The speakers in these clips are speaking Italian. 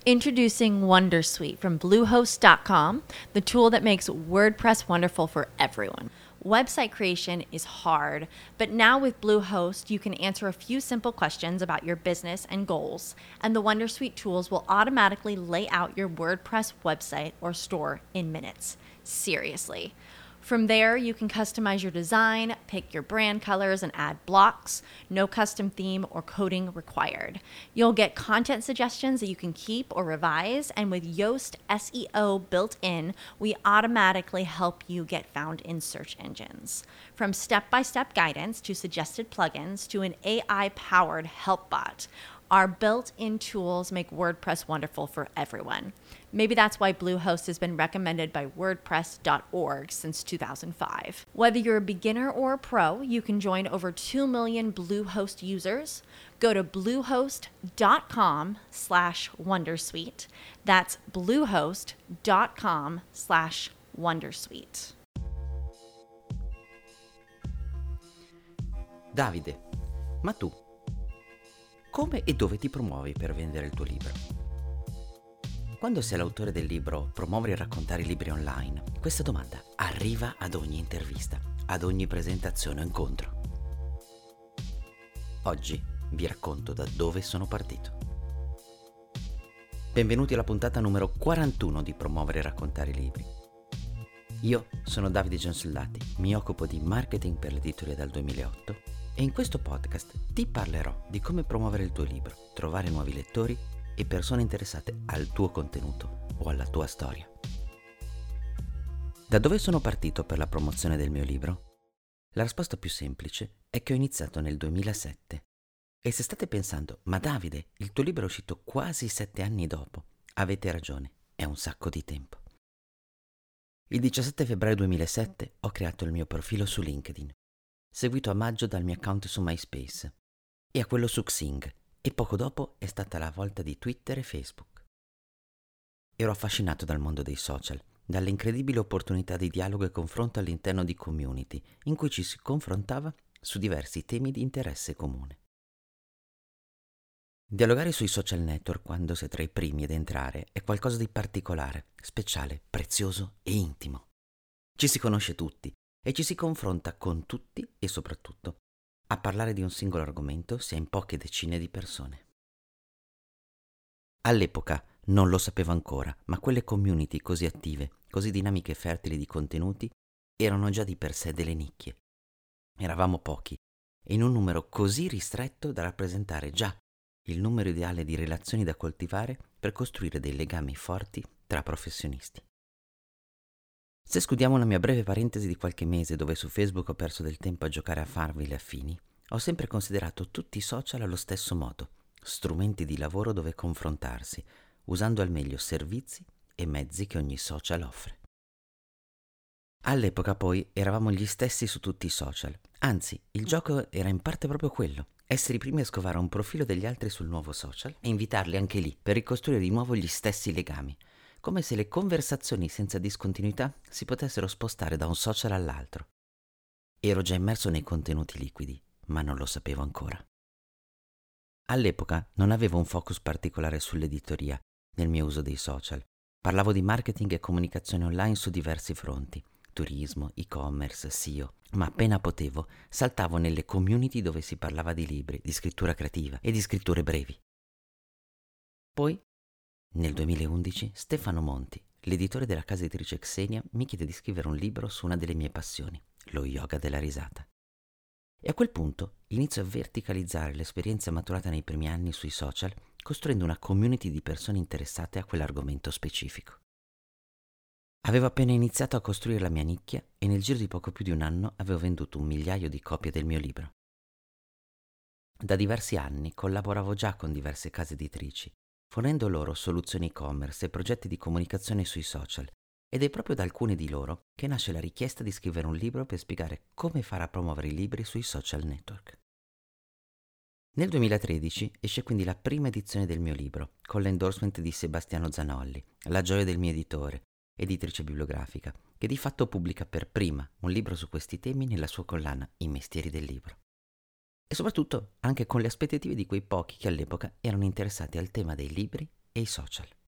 Introducing Wondersuite from Bluehost.com, the tool that makes WordPress wonderful for everyone. Website creation is hard, but now with Bluehost, you can answer a few simple questions about your business and goals, and the Wondersuite tools will automatically lay out your WordPress website or store in minutes. Seriously. From there, you can customize your design, pick your brand colors, and add blocks. No custom theme or coding required. You'll get content suggestions that you can keep or revise, and with Yoast SEO built in, we automatically help you get found in search engines. From step-by-step guidance to suggested plugins to an AI-powered help bot, our built-in tools make WordPress wonderful for everyone. Maybe that's why Bluehost has been recommended by WordPress.org since 2005. Whether you're a beginner or a pro, you can join over 2 million Bluehost users. Go to bluehost.com/wondersuite. That's bluehost.com/wondersuite. Davide, ma tu come e dove ti promuovi per vendere il tuo libro? Quando sei l'autore del libro Promuovere e raccontare i libri online, questa domanda arriva ad ogni intervista, ad ogni presentazione o incontro. Oggi vi racconto da dove sono partito. Benvenuti alla puntata numero 41 di Promuovere e raccontare i libri. Io sono Davide Giansoldati, mi occupo di marketing per l'editoria dal 2008 e in questo podcast ti parlerò di come promuovere il tuo libro, trovare nuovi lettori e persone interessate al tuo contenuto o alla tua storia. Da dove sono partito per la promozione del mio libro? La risposta più semplice è che ho iniziato nel 2007. E se state pensando, ma Davide, il tuo libro è uscito quasi 7 anni dopo, avete ragione, è un sacco di tempo. Il 17 febbraio 2007 ho creato il mio profilo su LinkedIn, seguito a maggio dal mio account su MySpace e a quello su Xing, e poco dopo è stata la volta di Twitter e Facebook. Ero affascinato dal mondo dei social, dalle incredibili opportunità di dialogo e confronto all'interno di community in cui ci si confrontava su diversi temi di interesse comune. Dialogare sui social network quando sei tra i primi ad entrare è qualcosa di particolare, speciale, prezioso e intimo. Ci si conosce tutti e ci si confronta con tutti e soprattutto a parlare di un singolo argomento si è in poche decine di persone. All'epoca non lo sapevo ancora, ma quelle community così attive, così dinamiche e fertili di contenuti erano già di per sé delle nicchie. Eravamo pochi e in un numero così ristretto da rappresentare già il numero ideale di relazioni da coltivare per costruire dei legami forti tra professionisti. Se escludiamo una mia breve parentesi di qualche mese dove su Facebook ho perso del tempo a giocare a Farmville e affini, ho sempre considerato tutti i social allo stesso modo, strumenti di lavoro dove confrontarsi, usando al meglio servizi e mezzi che ogni social offre. All'epoca poi eravamo gli stessi su tutti i social, anzi il gioco era in parte proprio quello, essere i primi a scovare un profilo degli altri sul nuovo social e invitarli anche lì per ricostruire di nuovo gli stessi legami, come se le conversazioni senza discontinuità si potessero spostare da un social all'altro. Ero già immerso nei contenuti liquidi, ma non lo sapevo ancora. All'epoca non avevo un focus particolare sull'editoria nel mio uso dei social. Parlavo di marketing e comunicazione online su diversi fronti, turismo, e-commerce, SEO, ma appena potevo saltavo nelle community dove si parlava di libri, di scrittura creativa e di scritture brevi. Poi, nel 2011, Stefano Monti, l'editore della casa editrice Xenia, mi chiede di scrivere un libro su una delle mie passioni, lo yoga della risata. E a quel punto inizio a verticalizzare l'esperienza maturata nei primi anni sui social, costruendo una community di persone interessate a quell'argomento specifico. Avevo appena iniziato a costruire la mia nicchia e nel giro di poco più di un anno avevo venduto 1 migliaio di copie del mio libro. Da diversi anni collaboravo già con diverse case editrici, fornendo loro soluzioni e-commerce e progetti di comunicazione sui social, ed è proprio da alcune di loro che nasce la richiesta di scrivere un libro per spiegare come fare a promuovere i libri sui social network. Nel 2013 esce quindi la prima edizione del mio libro, con l'endorsement di Sebastiano Zanolli, la gioia del mio editore, editrice bibliografica, che di fatto pubblica per prima un libro su questi temi nella sua collana I mestieri del libro. E soprattutto anche con le aspettative di quei pochi che all'epoca erano interessati al tema dei libri e i social.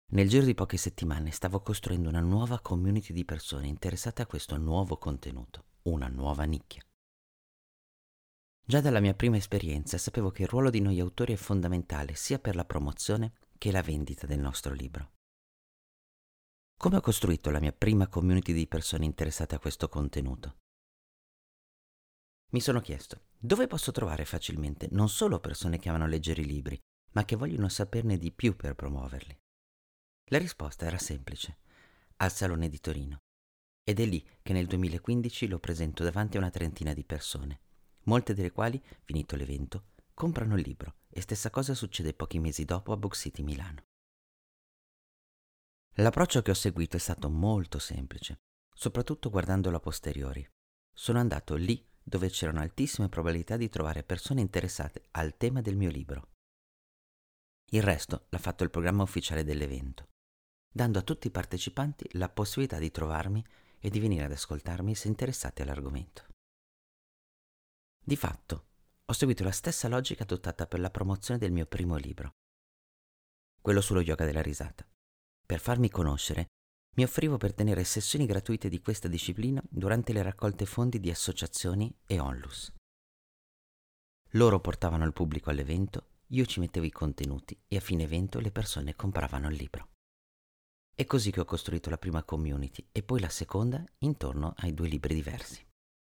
Nel giro di poche settimane stavo costruendo una nuova community di persone interessate a questo nuovo contenuto, una nuova nicchia. Già dalla mia prima esperienza sapevo che il ruolo di noi autori è fondamentale sia per la promozione che la vendita del nostro libro. Come ho costruito la mia prima community di persone interessate a questo contenuto? Mi sono chiesto, dove posso trovare facilmente non solo persone che amano leggere i libri, ma che vogliono saperne di più per promuoverli? La risposta era semplice, al Salone di Torino. Ed è lì che nel 2015 lo presento davanti a una trentina di persone, molte delle quali, finito l'evento, comprano il libro e stessa cosa succede pochi mesi dopo a Book City Milano. L'approccio che ho seguito è stato molto semplice, soprattutto guardandolo a posteriori. Sono andato lì dove c'erano altissime probabilità di trovare persone interessate al tema del mio libro. Il resto l'ha fatto il programma ufficiale dell'evento, dando a tutti i partecipanti la possibilità di trovarmi e di venire ad ascoltarmi se interessati all'argomento. Di fatto, ho seguito la stessa logica adottata per la promozione del mio primo libro, quello sullo yoga della risata. Per farmi conoscere, mi offrivo per tenere sessioni gratuite di questa disciplina durante le raccolte fondi di associazioni e onlus. Loro portavano il pubblico all'evento, io ci mettevo i contenuti e a fine evento le persone compravano il libro. È così che ho costruito la prima community e poi la seconda intorno ai 2 libri diversi.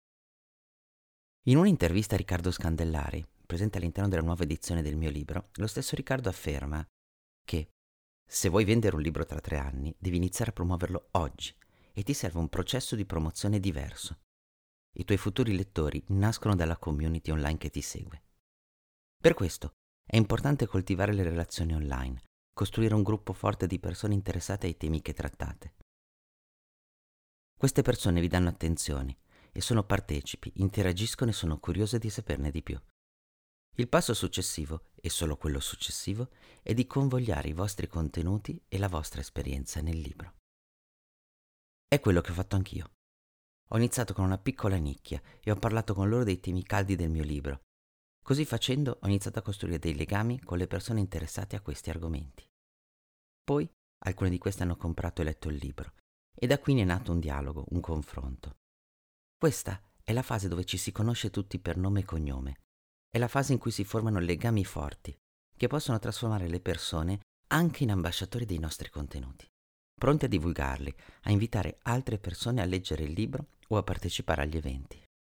In un'intervista a Riccardo Scandellari, presente all'interno della nuova edizione del mio libro, lo stesso Riccardo afferma che se vuoi vendere un libro tra 3 anni, devi iniziare a promuoverlo oggi e ti serve un processo di promozione diverso. I tuoi futuri lettori nascono dalla community online che ti segue. Per questo è importante coltivare le relazioni online, costruire un gruppo forte di persone interessate ai temi che trattate. Queste persone vi danno attenzione e sono partecipi, interagiscono e sono curiose di saperne di più. Il passo successivo, e solo quello successivo, è di convogliare i vostri contenuti e la vostra esperienza nel libro. È quello che ho fatto anch'io. Ho iniziato con una piccola nicchia e ho parlato con loro dei temi caldi del mio libro. Così facendo ho iniziato a costruire dei legami con le persone interessate a questi argomenti. Poi alcune di queste hanno comprato e letto il libro e da qui ne è nato un dialogo, un confronto. Questa è la fase dove ci si conosce tutti per nome e cognome. È la fase in cui si formano legami forti, che possono trasformare le persone anche in ambasciatori dei nostri contenuti, pronti a divulgarli, a invitare altre persone a leggere il libro o a partecipare agli eventi.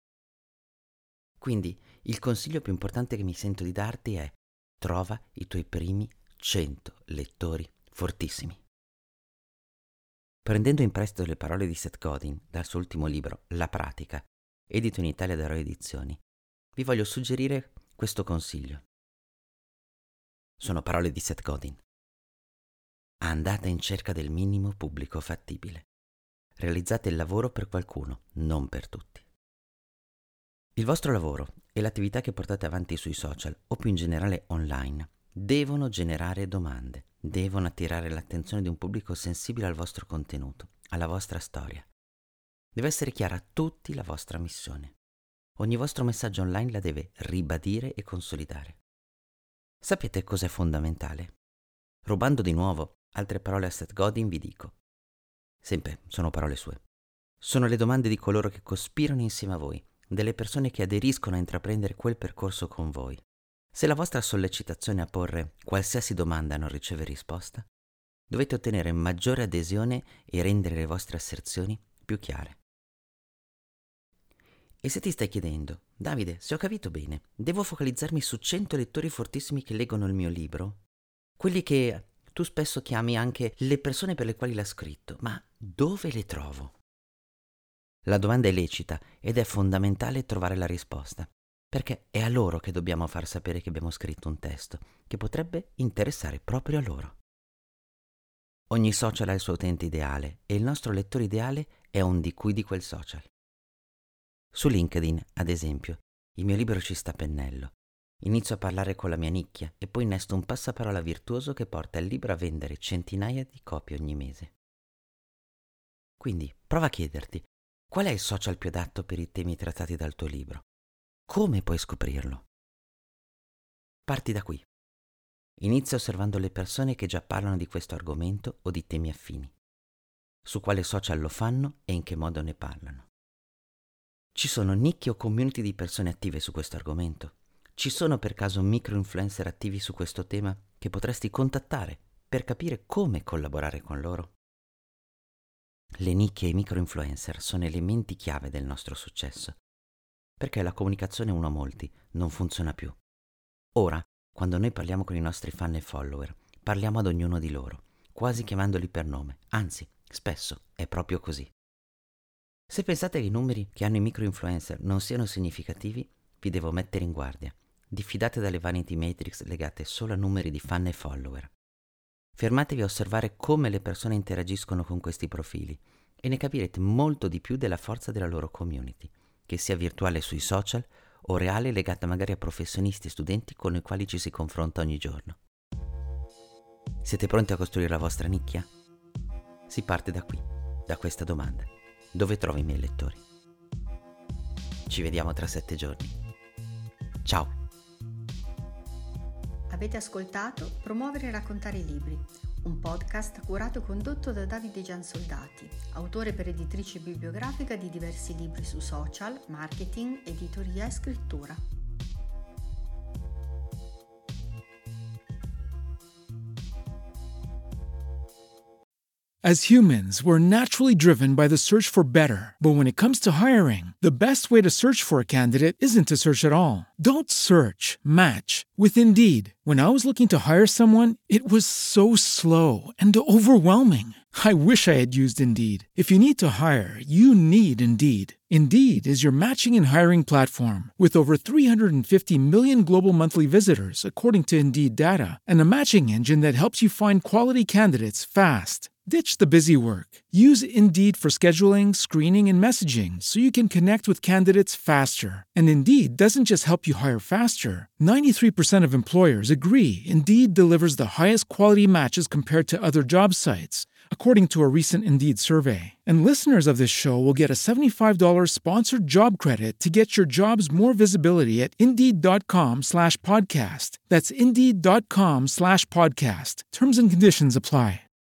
Quindi il consiglio più importante che mi sento di darti è: trova i tuoi primi 100 lettori fortissimi. Prendendo in prestito le parole di Seth Godin dal suo ultimo libro, La pratica, edito in Italia da Roy Edizioni, vi voglio suggerire questo consiglio. Sono parole di Seth Godin. Andate in cerca del minimo pubblico fattibile. Realizzate il lavoro per qualcuno, non per tutti. Il vostro lavoro e l'attività che portate avanti sui social o più in generale online devono generare domande, devono attirare l'attenzione di un pubblico sensibile al vostro contenuto, alla vostra storia. Deve essere chiara a tutti la vostra missione. Ogni vostro messaggio online la deve ribadire e consolidare. Sapete cos'è fondamentale? Rubando di nuovo altre parole a Seth Godin vi dico, sempre sono parole sue, sono le domande di coloro che cospirano insieme a voi, delle persone che aderiscono a intraprendere quel percorso con voi. Se la vostra sollecitazione a porre qualsiasi domanda non riceve risposta, dovete ottenere maggiore adesione e rendere le vostre asserzioni più chiare. E se ti stai chiedendo, Davide, se ho capito bene, devo focalizzarmi su 100 lettori fortissimi che leggono il mio libro? Quelli che tu spesso chiami anche le persone per le quali l'ha scritto, ma dove le trovo? La domanda è lecita ed è fondamentale trovare la risposta, perché è a loro che dobbiamo far sapere che abbiamo scritto un testo che potrebbe interessare proprio a loro. Ogni social ha il suo utente ideale e il nostro lettore ideale è un di cui di quel social. Su LinkedIn, ad esempio, il mio libro ci sta a pennello. Inizio a parlare con la mia nicchia e poi innesto un passaparola virtuoso che porta il libro a vendere centinaia di copie ogni mese. Quindi prova a chiederti, qual è il social più adatto per i temi trattati dal tuo libro? Come puoi scoprirlo? Parti da qui. Inizia osservando le persone che già parlano di questo argomento o di temi affini. Su quale social lo fanno e in che modo ne parlano. Ci sono nicchie o community di persone attive su questo argomento? Ci sono per caso micro-influencer attivi su questo tema che potresti contattare per capire come collaborare con loro? Le nicchie e i micro-influencer sono elementi chiave del nostro successo, perché la comunicazione uno a molti non funziona più. Ora, quando noi parliamo con i nostri fan e follower, parliamo ad ognuno di loro, quasi chiamandoli per nome, anzi, spesso è proprio così. Se pensate che i numeri che hanno i micro-influencer non siano significativi, vi devo mettere in guardia. Diffidate dalle vanity matrix legate solo a numeri di fan e follower. Fermatevi a osservare come le persone interagiscono con questi profili e ne capirete molto di più della forza della loro community, che sia virtuale sui social o reale legata magari a professionisti e studenti con i quali ci si confronta ogni giorno. Siete pronti a costruire la vostra nicchia? Si parte da qui, da questa domanda. Dove trovo i miei lettori? Ci vediamo tra 7 giorni. Ciao! Avete ascoltato Promuovere e raccontare i libri, un podcast curato e condotto da Davide Giansoldati, autore per editrice bibliografica di diversi libri su social, marketing, editoria e scrittura. As humans, we're naturally driven by the search for better. But when it comes to hiring, the best way to search for a candidate isn't to search at all. Don't search, match with Indeed. When I was looking to hire someone, it was so slow and overwhelming. I wish I had used Indeed. If you need to hire, you need Indeed. Indeed is your matching and hiring platform with over 350 million global monthly visitors, according to Indeed data, and a matching engine that helps you find quality candidates fast. Ditch the busy work. Use Indeed for scheduling, screening, and messaging so you can connect with candidates faster. And Indeed doesn't just help you hire faster. 93% of employers agree Indeed delivers the highest quality matches compared to other job sites, according to a recent Indeed survey. And listeners of this show will get a $75 sponsored job credit to get your jobs more visibility at Indeed.com/podcast. That's Indeed.com/podcast. Terms and conditions apply.